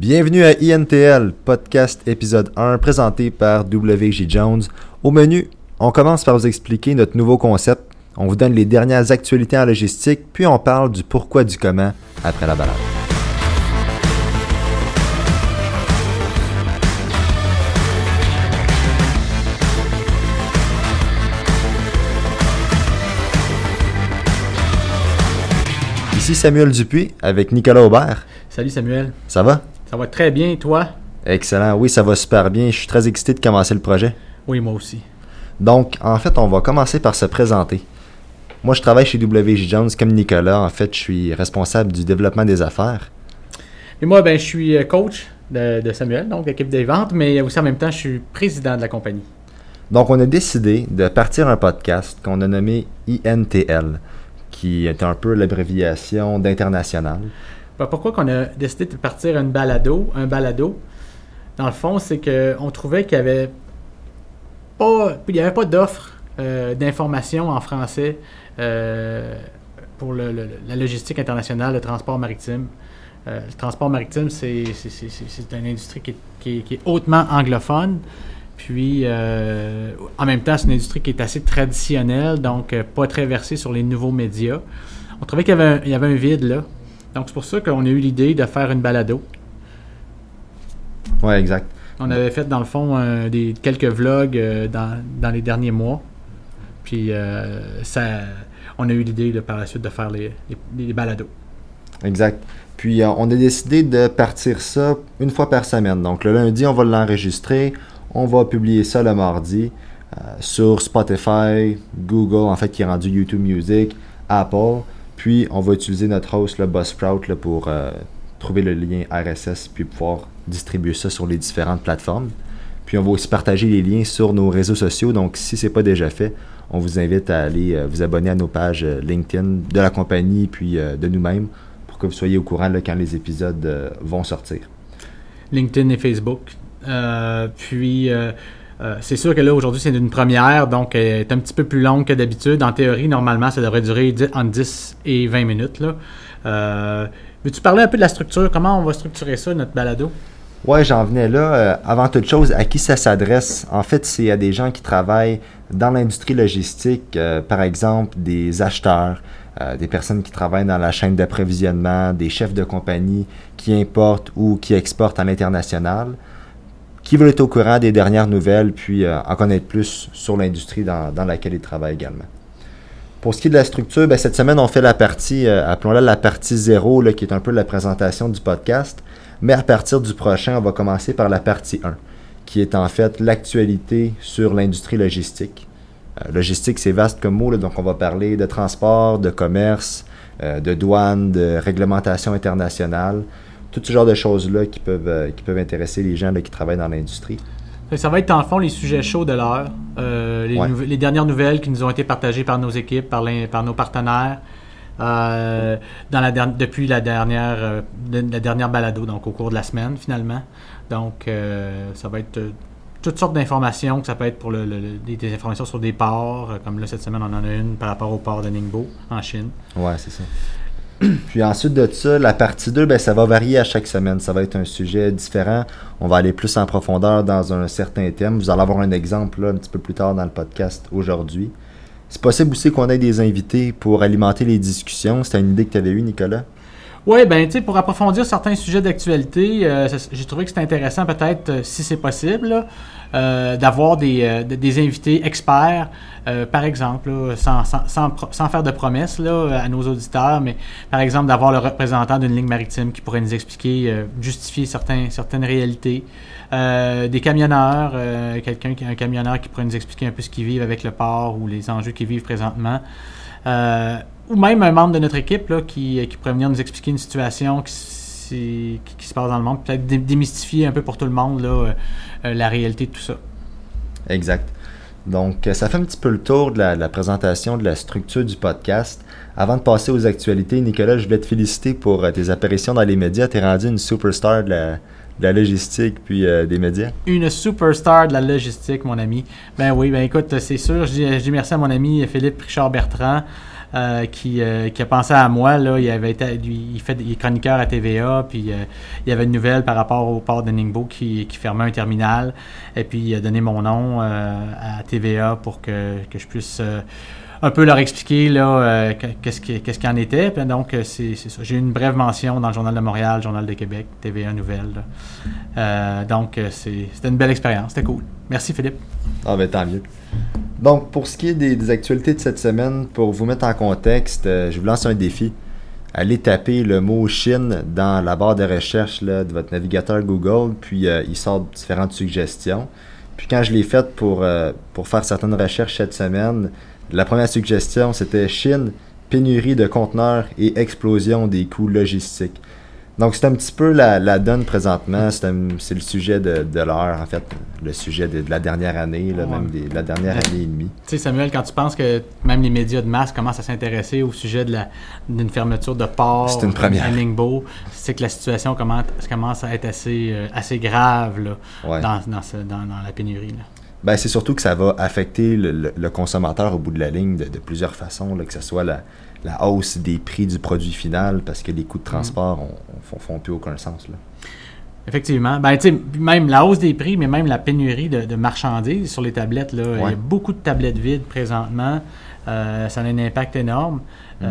Bienvenue à INTL, podcast épisode 1, présenté par W.J. Jones. Au menu, on commence par vous expliquer notre nouveau concept. On vous donne les dernières actualités en logistique, puis on parle du pourquoi du comment après la balade. Ici Samuel Dupuis avec Nicolas Aubert. Salut Samuel. Ça va? Ça va très bien, toi? Excellent, oui, ça va super bien. Je suis très excité de commencer le projet. Oui, moi aussi. Donc, en fait, on va commencer par se présenter. Moi, je travaille chez W.J. Jones comme Nicolas. En fait, je suis responsable du développement des affaires. Et moi, je suis coach de Samuel, donc l'équipe des ventes, mais aussi en même temps, je suis président de la compagnie. Donc, on a décidé de partir un podcast qu'on a nommé INTL, qui est un peu l'abréviation d'International. Pourquoi qu'on a décidé de partir un balado? Dans le fond, c'est qu'on trouvait qu'il n'y avait pas d'offre d'information en français pour la logistique internationale, le transport maritime. Le transport maritime, c'est une industrie qui est hautement anglophone. Puis, en même temps, c'est une industrie qui est assez traditionnelle, donc pas très versée sur les nouveaux médias. On trouvait qu'il y avait un vide là. Donc, c'est pour ça qu'on a eu l'idée de faire une balado. Oui, exact. On avait fait, dans le fond, quelques vlogs dans les derniers mois. Puis, on a eu l'idée par la suite de faire les balados. Exact. Puis, on a décidé de partir ça une fois par semaine. Donc, le lundi, on va l'enregistrer. On va publier ça le mardi sur Spotify, Google, en fait, qui est rendu YouTube Music, Apple. Puis, on va utiliser notre host, le Buzzsprout, pour trouver le lien RSS puis pouvoir distribuer ça sur les différentes plateformes. Puis, on va aussi partager les liens sur nos réseaux sociaux. Donc, si ce n'est pas déjà fait, on vous invite à aller vous abonner à nos pages LinkedIn de la compagnie puis de nous-mêmes pour que vous soyez au courant là, quand les épisodes vont sortir. LinkedIn et Facebook. C'est sûr que là, aujourd'hui, c'est une première, donc elle est un petit peu plus longue que d'habitude. En théorie, normalement, ça devrait durer entre 10 et 20 minutes. Veux-tu parler un peu de la structure? Comment on va structurer ça, notre balado? Oui, j'en venais là. Avant toute chose, à qui ça s'adresse? En fait, c'est à des gens qui travaillent dans l'industrie logistique, par exemple, des acheteurs, des personnes qui travaillent dans la chaîne d'approvisionnement, des chefs de compagnie qui importent ou qui exportent à l'international, qui veulent être au courant des dernières nouvelles, puis en connaître plus sur l'industrie dans laquelle ils travaillent également. Pour ce qui est de la structure, cette semaine, on fait la partie, appelons-la la partie 0, qui est un peu la présentation du podcast. Mais à partir du prochain, on va commencer par la partie 1, qui est en fait l'actualité sur l'industrie logistique. Logistique, c'est vaste comme mot, donc on va parler de transport, de commerce, de douane, de réglementation internationale. Tout ce genre de choses-là qui peuvent intéresser les gens qui travaillent dans l'industrie. Ça va être, en fond, les sujets chauds de l'heure, les dernières nouvelles qui nous ont été partagées par nos équipes, par nos partenaires, depuis la dernière balado, donc au cours de la semaine, finalement. Donc, ça va être toutes sortes d'informations, que ça peut être pour des informations sur des ports, comme là, cette semaine, on en a une par rapport au port de Ningbo, en Chine. Ouais, c'est ça. Puis ensuite de ça, la partie 2, ça va varier à chaque semaine. Ça va être un sujet différent. On va aller plus en profondeur dans un certain thème. Vous allez avoir un exemple là, un petit peu plus tard dans le podcast aujourd'hui. C'est possible aussi qu'on ait des invités pour alimenter les discussions. C'était une idée que tu avais eue, Nicolas? Oui, pour approfondir certains sujets d'actualité, j'ai trouvé que c'était intéressant peut-être, si c'est possible, là, d'avoir des invités experts, par exemple, là, sans faire de promesses là, à nos auditeurs, mais par exemple d'avoir le représentant d'une ligne maritime qui pourrait nous expliquer, justifier certaines réalités, des camionneurs, un camionneur qui pourrait nous expliquer un peu ce qu'ils vivent avec le port ou les enjeux qu'ils vivent présentement. Ou même un membre de notre équipe là, qui pourrait venir nous expliquer une situation qui se passe dans le monde, peut-être démystifier un peu pour tout le monde là, la réalité de tout ça. Exact. Donc, ça fait un petit peu le tour de la présentation de la structure du podcast. Avant de passer aux actualités, Nicolas, je voulais te féliciter pour tes apparitions dans les médias. Tu es rendu une superstar de la logistique puis des médias. Une superstar de la logistique, mon ami. Ben oui, écoute, c'est sûr, je dis merci à mon ami Philippe Richard-Bertrand. qui a pensé à moi. Là, il est chroniqueur à TVA, puis il y avait une nouvelle par rapport au port de Ningbo qui fermait un terminal. Et puis, il a donné mon nom à TVA pour que je puisse un peu leur expliquer là, qu'est-ce qu'il en était. Puis donc, c'est ça. J'ai eu une brève mention dans le Journal de Montréal, le Journal de Québec, TVA Nouvelles. Donc, c'était une belle expérience. C'était cool. Merci, Philippe. Ah ben tant mieux. Donc, pour ce qui est des actualités de cette semaine, pour vous mettre en contexte, je vous lance un défi. Allez taper le mot Chine dans la barre de recherche là, de votre navigateur Google, puis il sort différentes suggestions. Puis quand je l'ai faite pour faire certaines recherches cette semaine, la première suggestion, c'était Chine, pénurie de conteneurs et explosion des coûts logistiques. Donc, c'est un petit peu la donne présentement. C'est le sujet de l'heure, en fait, le sujet de la dernière année, là, même de la dernière année et demie. Tu sais, Samuel, quand tu penses que même les médias de masse commencent à s'intéresser au sujet d'une fermeture de port à Ningbo, c'est que la situation commence à être assez grave là, dans la pénurie. Là. Ben, c'est surtout que ça va affecter le consommateur au bout de la ligne de plusieurs façons, là, que ce soit la hausse des prix du produit final parce que les coûts de transport font plus aucun sens. Là. Effectivement. Ben, tu sais, même la hausse des prix, mais même la pénurie de marchandises sur les tablettes. Là, il y a beaucoup de tablettes vides présentement. Ça a un impact énorme.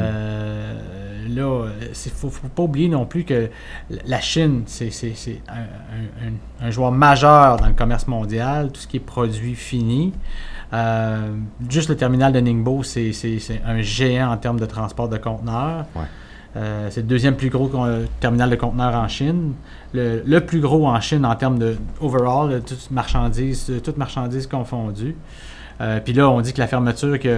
Là, il ne faut pas oublier non plus que la Chine, c'est un joueur majeur dans le commerce mondial, tout ce qui est produit fini. Juste le terminal de Ningbo, c'est un géant en termes de transport de conteneurs. Ouais. C'est le deuxième plus gros terminal de conteneurs en Chine. Le plus gros en Chine en termes de overall, toutes marchandises confondues. Puis là, on dit que la fermeture qui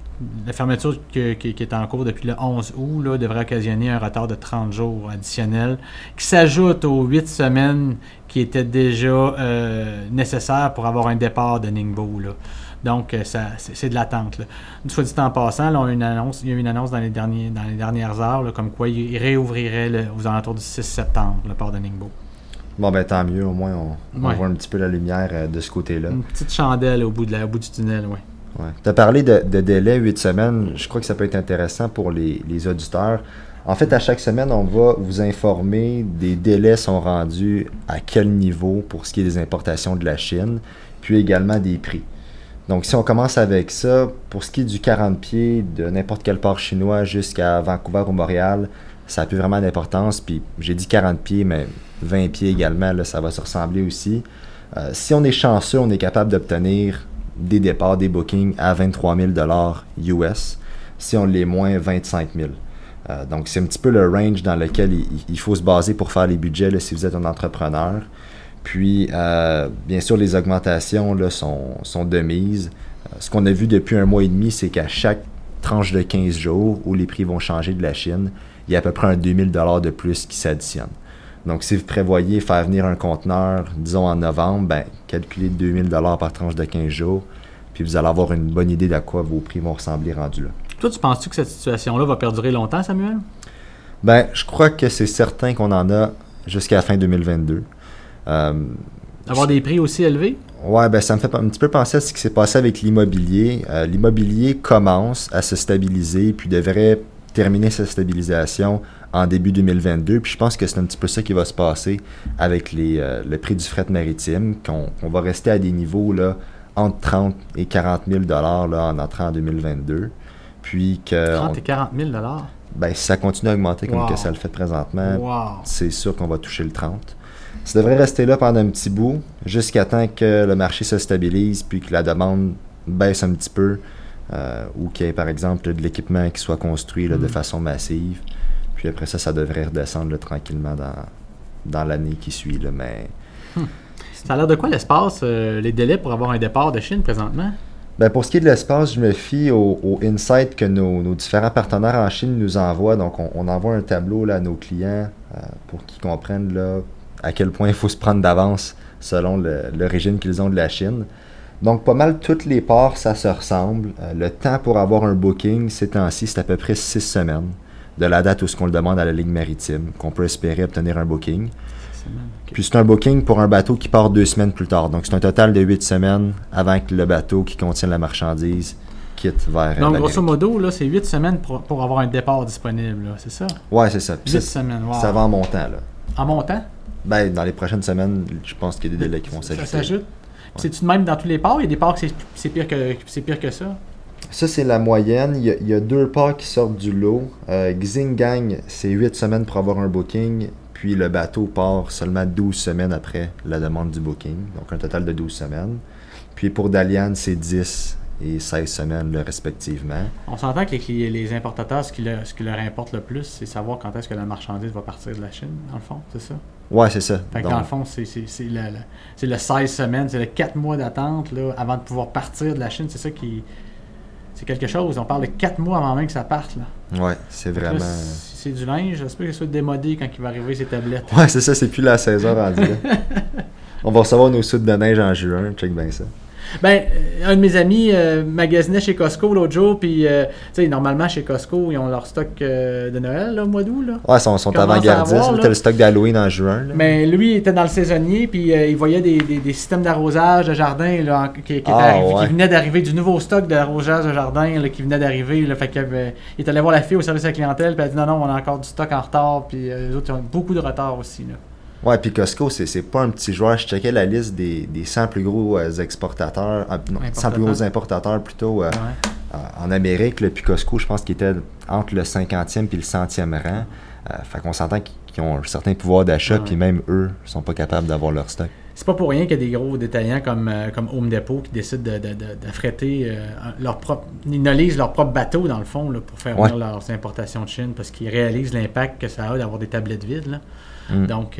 est en cours depuis le 11 août là, devrait occasionner un retard de 30 jours additionnels qui s'ajoute aux 8 semaines qui étaient déjà nécessaires pour avoir un départ de Ningbo. Là. Donc, c'est de l'attente. Là. Soit dit en passant, là, il y a eu une annonce dans les dernières heures là, comme quoi il réouvrirait aux alentours du 6 septembre le port de Ningbo. Bon, ben tant mieux. Au moins, on voit un petit peu la lumière de ce côté-là. Une petite chandelle au bout du tunnel, oui. Ouais. Tu as parlé de délai 8 semaines. Je crois que ça peut être intéressant pour les auditeurs. En fait, à chaque semaine, on va vous informer des délais sont rendus à quel niveau pour ce qui est des importations de la Chine, puis également des prix. Donc, si on commence avec ça, pour ce qui est du 40 pieds de n'importe quel port chinois jusqu'à Vancouver ou Montréal, ça n'a plus vraiment d'importance. Puis, j'ai dit 40 pieds, mais 20 pieds également, là, ça va se ressembler aussi. Si on est chanceux, on est capable d'obtenir des départs, des bookings à 23 000 US. Si on l'est moins, 25 000. Donc, c'est un petit peu le range dans lequel il faut se baser pour faire les budgets là, si vous êtes un entrepreneur. Puis, bien sûr, les augmentations là, sont de mise. Ce qu'on a vu depuis 1 mois et demi, c'est qu'à chaque tranche de 15 jours où les prix vont changer de la Chine, il y a à peu près un 2 000 de plus qui s'additionne. Donc, si vous prévoyez faire venir un conteneur, disons en novembre, ben, calculez 2 000 par tranche de 15 jours, puis vous allez avoir une bonne idée d'à quoi vos prix vont ressembler rendus là. Toi, tu penses-tu que cette situation-là va perdurer longtemps, Samuel? Ben, je crois que c'est certain qu'on en a jusqu'à la fin 2022. Avoir des prix aussi élevés? Ouais, ben ça me fait un petit peu penser à ce qui s'est passé avec l'immobilier. L'immobilier commence à se stabiliser, puis devrait terminer sa stabilisation en début 2022. Puis je pense que c'est un petit peu ça qui va se passer avec le prix du fret maritime, qu'on va rester à des niveaux là, entre 30 et 40 000 là, en entrant en 2022. Puis que 30 et 40 000 ben, si ça continue à augmenter comme que ça le fait présentement, c'est sûr qu'on va toucher le 30. Ça devrait rester là pendant un petit bout, jusqu'à temps que le marché se stabilise, puis que la demande baisse un petit peu, ou qu'il y ait par exemple de l'équipement qui soit construit là, de façon massive. Puis après ça, ça devrait redescendre là, tranquillement dans l'année qui suit. Là, mais... Ça a l'air de quoi l'espace, les délais pour avoir un départ de Chine présentement? Ben pour ce qui est de l'espace, je me fie au insight que nos différents partenaires en Chine nous envoient. Donc, on envoie un tableau là, à nos clients pour qu'ils comprennent là, à quel point il faut se prendre d'avance selon l'origine qu'ils ont de la Chine. Donc, pas mal tous les ports, ça se ressemble. Le temps pour avoir un booking, ces temps-ci, c'est à peu près 6 semaines de la date où on le demande à la ligne maritime, qu'on peut espérer obtenir un booking. Okay. Puis c'est un booking pour un bateau qui part 2 semaines plus tard. Donc, c'est un total de 8 semaines avant que le bateau qui contient la marchandise quittent vers Donc, grosso modo, là, c'est 8 semaines pour avoir un départ disponible, là, c'est ça? Ouais, c'est ça. 8 semaines, wow. Ça va en montant, là. En montant? Ben, dans les prochaines semaines, je pense qu'il y a des délais qui vont s'ajouter. Ça s'ajoute? C'est-tu de même dans tous les ports? Il y a des ports que c'est pire que ça? Ça, c'est la moyenne. Il y a 2 ports qui sortent du lot. Xingang, c'est 8 semaines pour avoir un booking. Puis le bateau part seulement 12 semaines après la demande du booking. Donc un total de 12 semaines. Puis pour Dalian, c'est 10 et 16 semaines là, respectivement. On s'entend que les importateurs, ce qui leur importe le plus, c'est savoir quand est-ce que la marchandise va partir de la Chine, dans le fond, c'est ça? Ouais, c'est ça. Fait que dans le fond, c'est le 16 semaines, c'est le 4 mois d'attente là, avant de pouvoir partir de la Chine. C'est ça qui... C'est quelque chose. On parle de 4 mois avant même que ça parte. Là. Ouais, c'est vraiment... Là, si c'est du linge, j'espère que ça soit démodé quand il va arriver ces tablettes. Ouais, c'est ça, c'est plus la saison rendue là. On va recevoir nos soudes de neige en juin, check bien ça. Ben, un de mes amis magasinait chez Costco l'autre jour, puis, tu sais, normalement, chez Costco, ils ont leur stock de Noël, là, au mois d'août, là. Ouais, ils sont avant-gardistes, t'as le stock d'Halloween en juin, là. Mais lui, il était dans le saisonnier, puis il voyait des systèmes d'arrosage de jardin, là, qui venaient d'arriver, du nouveau stock d'arrosage de jardin, là, qui venait d'arriver, là, fait qu'il est allé voir la fille au service à la clientèle, puis elle a dit non, on a encore du stock en retard, puis les autres, ils ont beaucoup de retard aussi, là. Ouais, puis Costco, c'est pas un petit joueur. Je checkais la liste des 100 plus gros exportateurs, 100 plus gros importateurs plutôt en Amérique. Là, puis Costco, je pense qu'il était entre le 50e puis le 100e rang. Fait qu'on s'entend qu'ils ont un certain pouvoir d'achat, puis même eux sont pas capables d'avoir leur stock. C'est pas pour rien qu'il y a des gros détaillants comme Home Depot qui décident d'affréter leur propre... Ils nolisent leur propre bateau, dans le fond, là, pour faire venir leurs importations de Chine, parce qu'ils réalisent l'impact que ça a d'avoir des tablettes vides, là. Donc,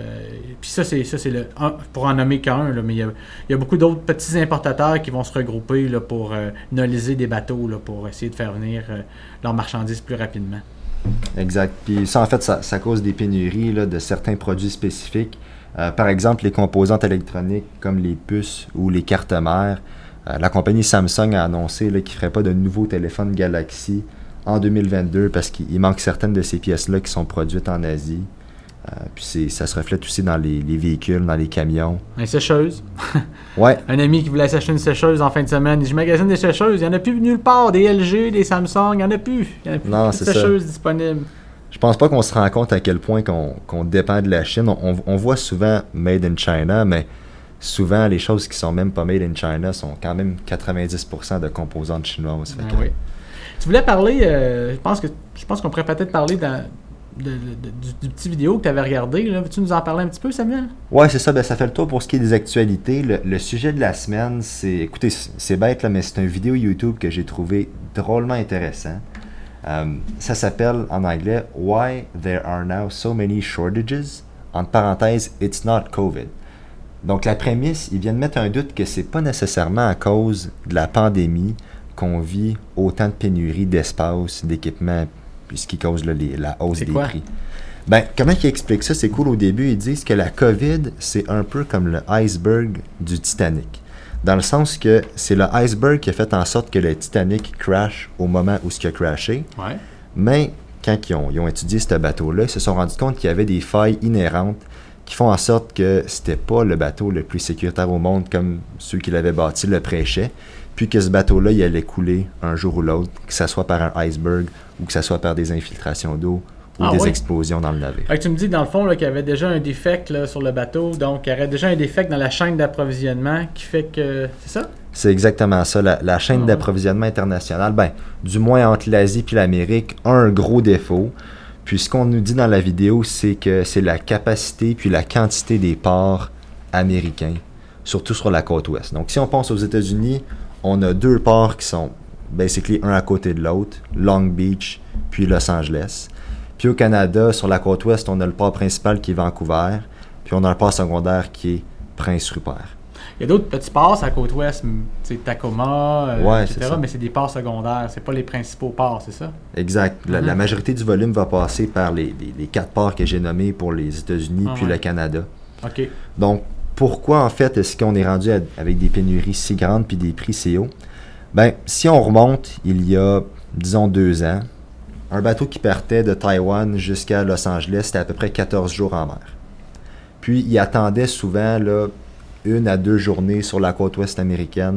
puis ça, c'est pour en nommer qu'un, là, mais il y a beaucoup d'autres petits importateurs qui vont se regrouper là, pour noliser des bateaux, là, pour essayer de faire venir leurs marchandises plus rapidement. Exact. Puis ça, en fait, ça cause des pénuries là, de certains produits spécifiques. Par exemple, les composantes électroniques comme les puces ou les cartes mères. La compagnie Samsung a annoncé qu'il ne ferait pas de nouveaux téléphones Galaxy en 2022 parce qu'il manque certaines de ces pièces-là qui sont produites en Asie. Puis ça se reflète aussi dans les véhicules, dans les camions. Une sécheuse. Ouais. Un ami qui voulait s'acheter une sécheuse en fin de semaine. Je magasine des sécheuses. Il n'y en a plus nulle part. Des LG, des Samsung, il n'y en a plus. Il n'y en a plus non, de sécheuses disponibles. Je pense pas qu'on se rend compte à quel point qu'on dépend de la Chine. On voit souvent Made in China, mais souvent les choses qui sont même pas Made in China sont quand même 90% de composantes chinoises. Oui. Tu voulais parler, je pense qu'on pourrait peut-être parler du petit vidéo que tu avais regardé. Là. Veux-tu nous en parler un petit peu, Samuel? Oui, c'est ça. Ben, ça fait le tour pour ce qui est des actualités. Le sujet de la semaine, écoutez, c'est bête, là, mais c'est une vidéo YouTube que j'ai trouvé drôlement intéressant. Ça s'appelle en anglais « Why there are now so many shortages ?» entre parenthèses « It's not COVID ». Donc la prémisse, ils viennent mettre un doute que c'est pas nécessairement à cause de la pandémie qu'on vit autant de pénuries d'espace, d'équipements, puis ce qui cause là, la hausse des prix. Ben, comment ils expliquent ça? C'est cool au début, ils disent que la COVID, c'est un peu comme le iceberg du Titanic. Dans le sens que c'est le iceberg qui a fait en sorte que le Titanic crash au moment où ce qui a crashé. Ouais. Mais quand ils ont étudié ce bateau-là, ils se sont rendus compte qu'il y avait des failles inhérentes qui font en sorte que c'était pas le bateau le plus sécuritaire au monde comme ceux qui l'avaient bâti le prêchaient, puis que ce bateau-là, il allait couler un jour ou l'autre, que ce soit par un iceberg ou que ce soit par des infiltrations d'eau ou des explosions dans le navire. Fait que tu me dis, dans le fond, là, qu'il y avait déjà un défect là, sur le bateau, donc il y aurait déjà un défect dans la chaîne d'approvisionnement qui fait que... C'est ça? C'est exactement ça. La chaîne d'approvisionnement internationale, ben, du moins entre l'Asie et l'Amérique, a un gros défaut. Puis ce qu'on nous dit dans la vidéo, c'est que c'est la capacité puis la quantité des ports américains, surtout sur la côte ouest. Donc si on pense aux États-Unis, on a 2 ports qui sont basically un à côté de l'autre, Long Beach puis Los Angeles. Puis au Canada, sur la côte ouest, on a le port principal qui est Vancouver, puis on a un port secondaire qui est Prince-Rupert. Il y a d'autres petits ports à la côte ouest, c'est Tacoma, etc., mais c'est des ports secondaires, c'est pas les principaux ports, c'est ça? Exact. La majorité du volume va passer par les 4 ports que j'ai nommés pour les États-Unis puis le Canada. OK. Donc, pourquoi en fait est-ce qu'on est rendu avec des pénuries si grandes puis des prix si hauts? Ben, si on remonte il y a, disons, 2 ans, un bateau qui partait de Taïwan jusqu'à Los Angeles, c'était à peu près 14 jours en mer. Puis, il attendait souvent là, 1 à 2 journées sur la côte ouest américaine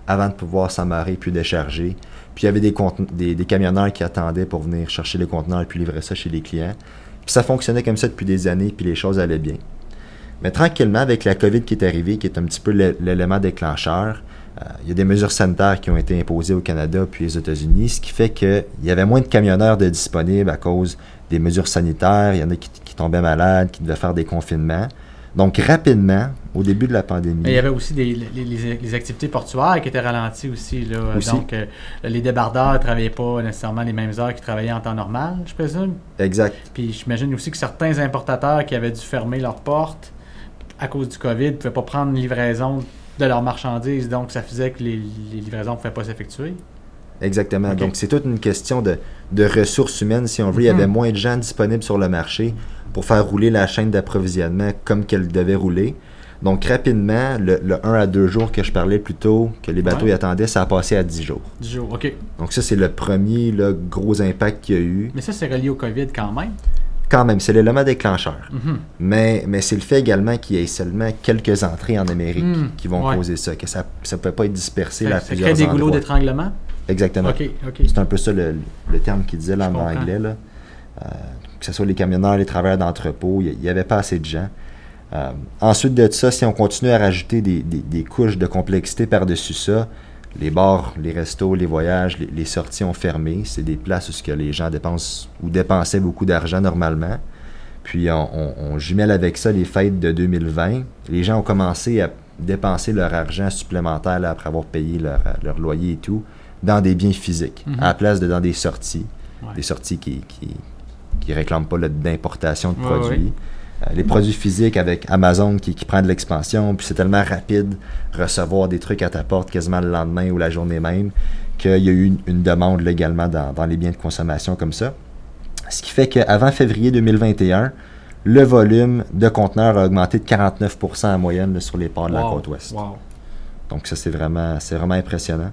avant de pouvoir s'amarrer puis décharger. Puis il y avait des camionneurs qui attendaient pour venir chercher les conteneurs et puis livrer ça chez les clients. Puis ça fonctionnait comme ça depuis des années, puis les choses allaient bien. Mais tranquillement, avec la COVID qui est arrivée, qui est un petit peu l'élément déclencheur, il y a des mesures sanitaires qui ont été imposées au Canada puis aux États-Unis, ce qui fait qu'il y avait moins de camionneurs de disponibles à cause des mesures sanitaires. Il y en a qui tombaient malades, qui devaient faire des confinements. Donc, rapidement, au début de la pandémie... Mais il y avait aussi les activités portuaires qui étaient ralenties aussi. Là. Aussi. Donc, les débardeurs ne travaillaient pas nécessairement les mêmes heures qu'ils travaillaient en temps normal, je présume. Exact. Puis j'imagine aussi que certains importateurs qui avaient dû fermer leurs portes à cause du COVID ne pouvaient pas prendre une livraison de leurs marchandises. Donc, ça faisait que les livraisons ne pouvaient pas s'effectuer. Exactement. Okay. Donc, c'est toute une question de ressources humaines, si on veut. Il y avait moins de gens disponibles sur le marché pour faire rouler la chaîne d'approvisionnement comme qu'elle devait rouler. Donc, rapidement, le 1 à 2 jours que je parlais plus tôt, que les bateaux y attendaient, ça a passé à 10 jours. 10 jours, OK. Donc, ça, c'est le premier gros impact qu'il y a eu. Mais ça, c'est relié au COVID quand même. Quand même, c'est l'élément déclencheur. Mais c'est le fait également qu'il y ait seulement quelques entrées en Amérique qui vont causer ça, que ça ne peut pas être dispersé à plusieurs endroits. Ça crée des goulots d'étranglement? Exactement. OK. C'est un peu ça le terme qu'il disait là, en anglais. Là. Que ce soit les camionneurs, les travailleurs d'entrepôt, il n'y avait pas assez de gens. Ensuite de ça, si on continue à rajouter des couches de complexité par-dessus ça, les bars, les restos, les voyages, les sorties ont fermé. C'est des places où ce que les gens dépensent ou dépensaient beaucoup d'argent normalement. Puis on jumelle avec ça les fêtes de 2020. Les gens ont commencé à dépenser leur argent supplémentaire là, après avoir payé leur loyer et tout dans des biens physiques, à la place de dans des sorties. Des sorties qui réclament pas d'importation de produits. Les produits physiques avec Amazon qui prend de l'expansion, puis c'est tellement rapide recevoir des trucs à ta porte quasiment le lendemain ou la journée même qu'il y a eu une demande là, également dans les biens de consommation comme ça. Ce qui fait qu'avant février 2021, le volume de conteneurs a augmenté de 49% en moyenne là, sur les ports de la côte ouest. Wow. Donc ça, c'est vraiment impressionnant.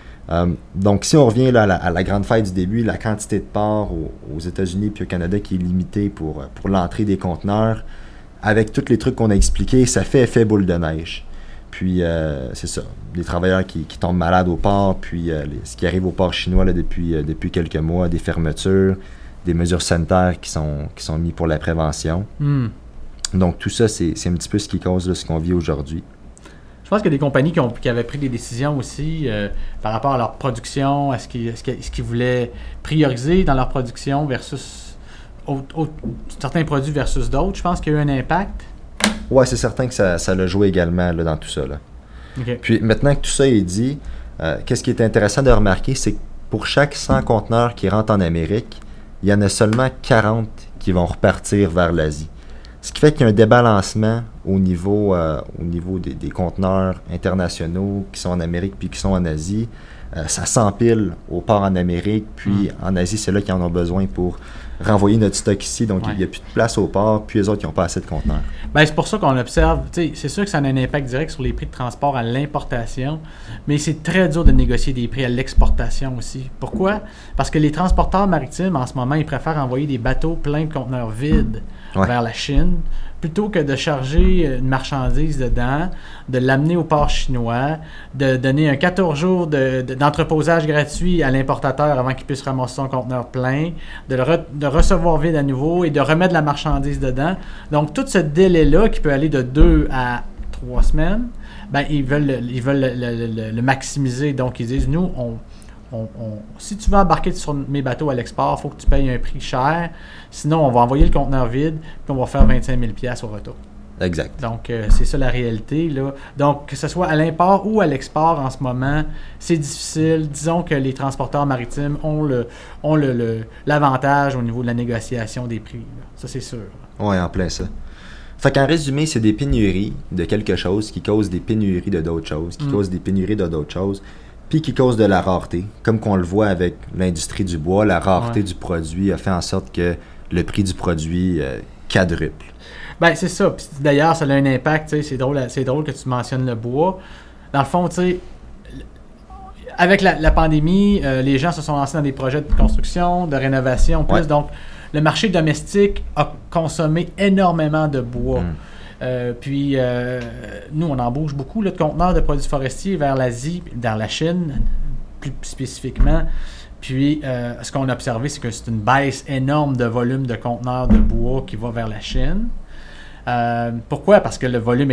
Donc, si on revient là, à la grande fête du début, la quantité de ports aux États-Unis puis au Canada qui est limitée pour l'entrée des conteneurs, avec tous les trucs qu'on a expliqués, ça fait effet boule de neige. Puis, c'est ça, des travailleurs qui tombent malades au port, puis ce qui arrive au port chinois là, depuis quelques mois, des fermetures, des mesures sanitaires qui sont mises pour la prévention. Donc, tout ça, c'est un petit peu ce qui cause là, ce qu'on vit aujourd'hui. Je pense qu'il y a des compagnies qui avaient pris des décisions aussi par rapport à leur production, à ce qu'ils voulaient prioriser dans leur production versus certains produits versus d'autres. Je pense qu'il y a eu un impact. Oui, c'est certain que ça l'a joué également là, dans tout ça. Là. Okay. Puis maintenant que tout ça est dit, qu'est-ce qui est intéressant de remarquer, c'est que pour chaque 100 conteneurs qui rentrent en Amérique, il y en a seulement 40 qui vont repartir vers l'Asie. Ce qui fait qu'il y a un débalancement au niveau des conteneurs internationaux qui sont en Amérique puis qui sont en Asie. Ça s'empile au port en Amérique, puis en Asie, c'est là qu'ils en ont besoin pour renvoyer notre stock ici. Donc, il n'y a plus de place au port, puis les autres, ils n'ont pas assez de conteneurs. Bien, c'est pour ça qu'on observe, c'est sûr que ça a un impact direct sur les prix de transport à l'importation, mais c'est très dur de négocier des prix à l'exportation aussi. Pourquoi? Parce que les transporteurs maritimes, en ce moment, ils préfèrent envoyer des bateaux pleins de conteneurs vides vers la Chine, plutôt que de charger une marchandise dedans, de l'amener au port chinois, de donner un 14 jours d'entreposage gratuit à l'importateur avant qu'il puisse ramasser son conteneur plein, de recevoir vide à nouveau et de remettre la marchandise dedans. Donc, tout ce délai-là, qui peut aller de 2 à 3 semaines, ben, ils veulent le maximiser. Donc, ils disent, nous, si tu veux embarquer sur mes bateaux à l'export, il faut que tu payes un prix cher. Sinon, on va envoyer le conteneur vide puis on va faire 25 000 $ au retour. Exact. Donc, c'est ça la réalité, là. Donc, que ce soit à l'import ou à l'export en ce moment, c'est difficile. Disons que les transporteurs maritimes ont l'avantage au niveau de la négociation des prix. Là. Ça, c'est sûr. Oui, en plein ça. Fait qu'en résumé, c'est des pénuries de quelque chose qui causent des pénuries de d'autres choses, qui causent des pénuries de d'autres choses, puis qui causent de la rareté. Comme qu'on le voit avec l'industrie du bois, la rareté du produit a fait en sorte que le prix du produit quadruple. Ben c'est ça. Puis, d'ailleurs, ça a un impact. C'est drôle que tu mentionnes le bois. Dans le fond, tu sais, avec la pandémie, les gens se sont lancés dans des projets de construction, de rénovation plus. Donc, le marché domestique a consommé énormément de bois. Puis, nous, on embauche beaucoup là, de conteneurs de produits forestiers vers l'Asie, vers la Chine, plus spécifiquement. Puis, ce qu'on a observé, c'est que c'est une baisse énorme de volume de conteneurs de bois qui va vers la Chine. Pourquoi? Parce que le volume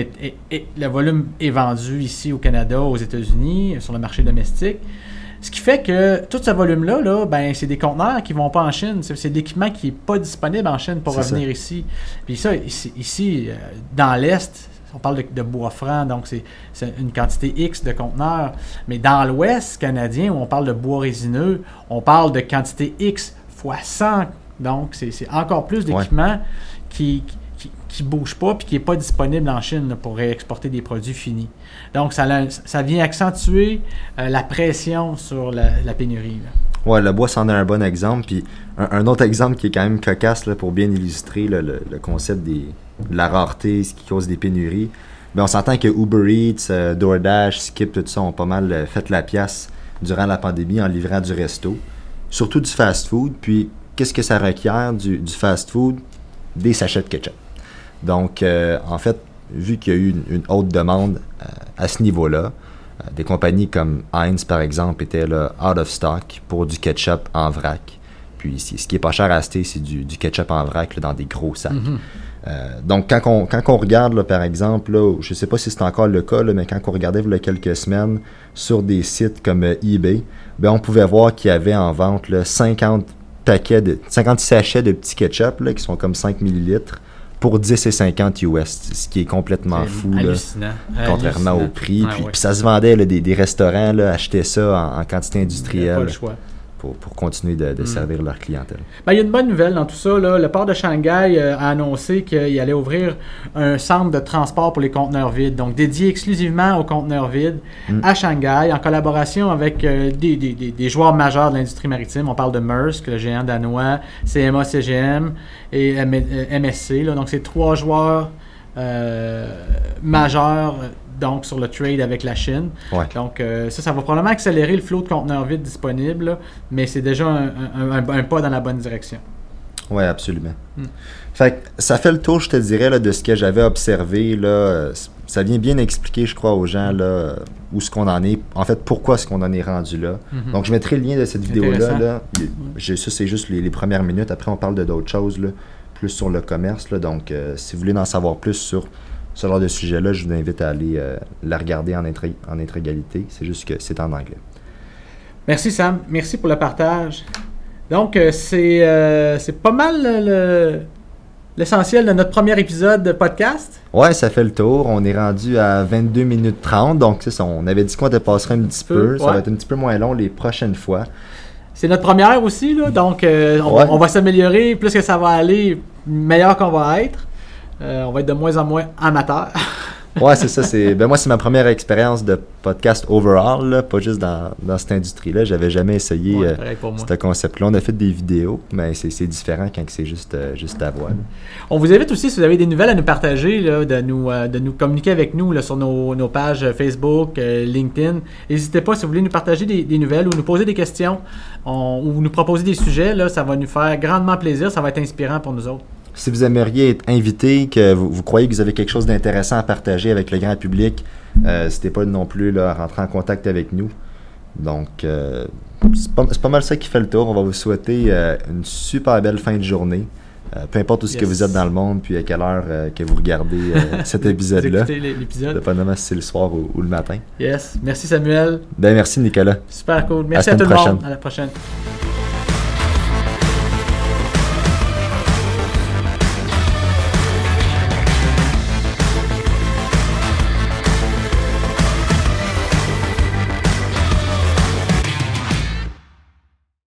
est vendu ici au Canada, aux États-Unis, sur le marché domestique. Ce qui fait que tout ce volume-là, là, ben, c'est des conteneurs qui ne vont pas en Chine. C'est de l'équipement qui n'est pas disponible en Chine pour revenir ici. Puis ça, ici dans l'Est, on parle de bois franc, donc c'est une quantité X de conteneurs. Mais dans l'Ouest canadien, où on parle de bois résineux, on parle de quantité X fois 100. Donc, c'est encore plus d'équipement qui ne bouge pas et qui n'est pas disponible en Chine là, pour réexporter des produits finis. Donc, ça vient accentuer la pression sur la pénurie. Oui, le bois, c'en est un bon exemple. Puis un autre exemple qui est quand même cocasse là, pour bien illustrer là, le concept de la rareté, ce qui cause des pénuries. Bien, on s'entend que Uber Eats, DoorDash, Skip, tout ça ont pas mal fait la pièce durant la pandémie en livrant du resto, surtout du fast-food. Puis, qu'est-ce que ça requiert du fast-food? Des sachets de ketchup. Donc, en fait, vu qu'il y a eu une haute demande à ce niveau-là, des compagnies comme Heinz, par exemple, étaient là, out of stock pour du ketchup en vrac. Puis, ce qui est pas cher à acheter, c'est du ketchup en vrac là, dans des gros sacs. Donc, quand on regarde, là, par exemple, là, je ne sais pas si c'est encore le cas, là, mais quand on regardait il y a quelques semaines sur des sites comme eBay, ben, on pouvait voir qu'il y avait en vente là, 50 sachets de petits ketchup là, qui sont comme 5 millilitres pour 10 et 50 US, ce qui est complètement fou, là, contrairement au prix. Puis ça se vendait, là, des restaurants là, achetaient ça en quantité industrielle. Il n'y a pas le choix. Pour continuer de servir leur clientèle. Ben, il y a une bonne nouvelle dans tout ça. Là. Le port de Shanghai a annoncé qu'il allait ouvrir un centre de transport pour les conteneurs vides, donc dédié exclusivement aux conteneurs vides à Shanghai, en collaboration avec des joueurs majeurs de l'industrie maritime. On parle de Maersk, le géant danois, CMA CGM et MSC. Là. Donc, c'est 3 joueurs majeurs donc sur le trade avec la Chine. Ouais. Donc, ça va probablement accélérer le flot de conteneurs vides disponibles, là, mais c'est déjà un pas dans la bonne direction. Oui, absolument. Fait que ça fait le tour, je te dirais, là, de ce que j'avais observé. Là, ça vient bien expliquer, je crois, aux gens là, où ce qu'on en est. En fait, pourquoi est-ce qu'on en est rendu là. Donc, je mettrai le lien de cette vidéo-là. Là. Ça, c'est juste les premières minutes. Après, on parle d'autres choses, là, plus sur le commerce. Là. Donc, si vous voulez en savoir plus sur ce genre de sujet-là, je vous invite à aller la regarder en intégralité. C'est juste que c'est en anglais. Merci, Sam. Merci pour le partage. Donc, c'est pas mal l'essentiel de notre premier épisode de podcast. Ouais, ça fait le tour. On est rendu à 22 minutes 30. Donc, c'est ça, on avait dit qu'on dépasserait un petit peu. Ça va être un petit peu moins long les prochaines fois. C'est notre première aussi, là. Donc, on va s'améliorer. Plus que ça va aller, meilleur qu'on va être. On va être de moins en moins amateur. Ouais, c'est ça. Moi, c'est ma première expérience de podcast overall, là, pas juste dans cette industrie-là. J'avais jamais essayé ce concept-là. On a fait des vidéos, mais c'est différent quand c'est juste à voix. Là. On vous invite aussi, si vous avez des nouvelles à nous partager, là, de nous communiquer avec nous là, sur nos pages Facebook, LinkedIn. N'hésitez pas, si vous voulez nous partager des nouvelles ou nous poser des questions ou nous proposer des sujets, là, ça va nous faire grandement plaisir. Ça va être inspirant pour nous autres. Si vous aimeriez être invité, que vous croyez que vous avez quelque chose d'intéressant à partager avec le grand public, n'hésitez pas non plus là, à rentrer en contact avec nous. Donc, c'est pas mal ça qui fait le tour. On va vous souhaiter une super belle fin de journée. Peu importe où ce que vous êtes dans le monde, puis à quelle heure que vous regardez cet épisode-là. Vous écoutez l'épisode. Dépendamment si c'est le soir ou le matin. Yes. Merci Samuel. Ben merci Nicolas. Super cool. Merci à tout le monde. À la prochaine.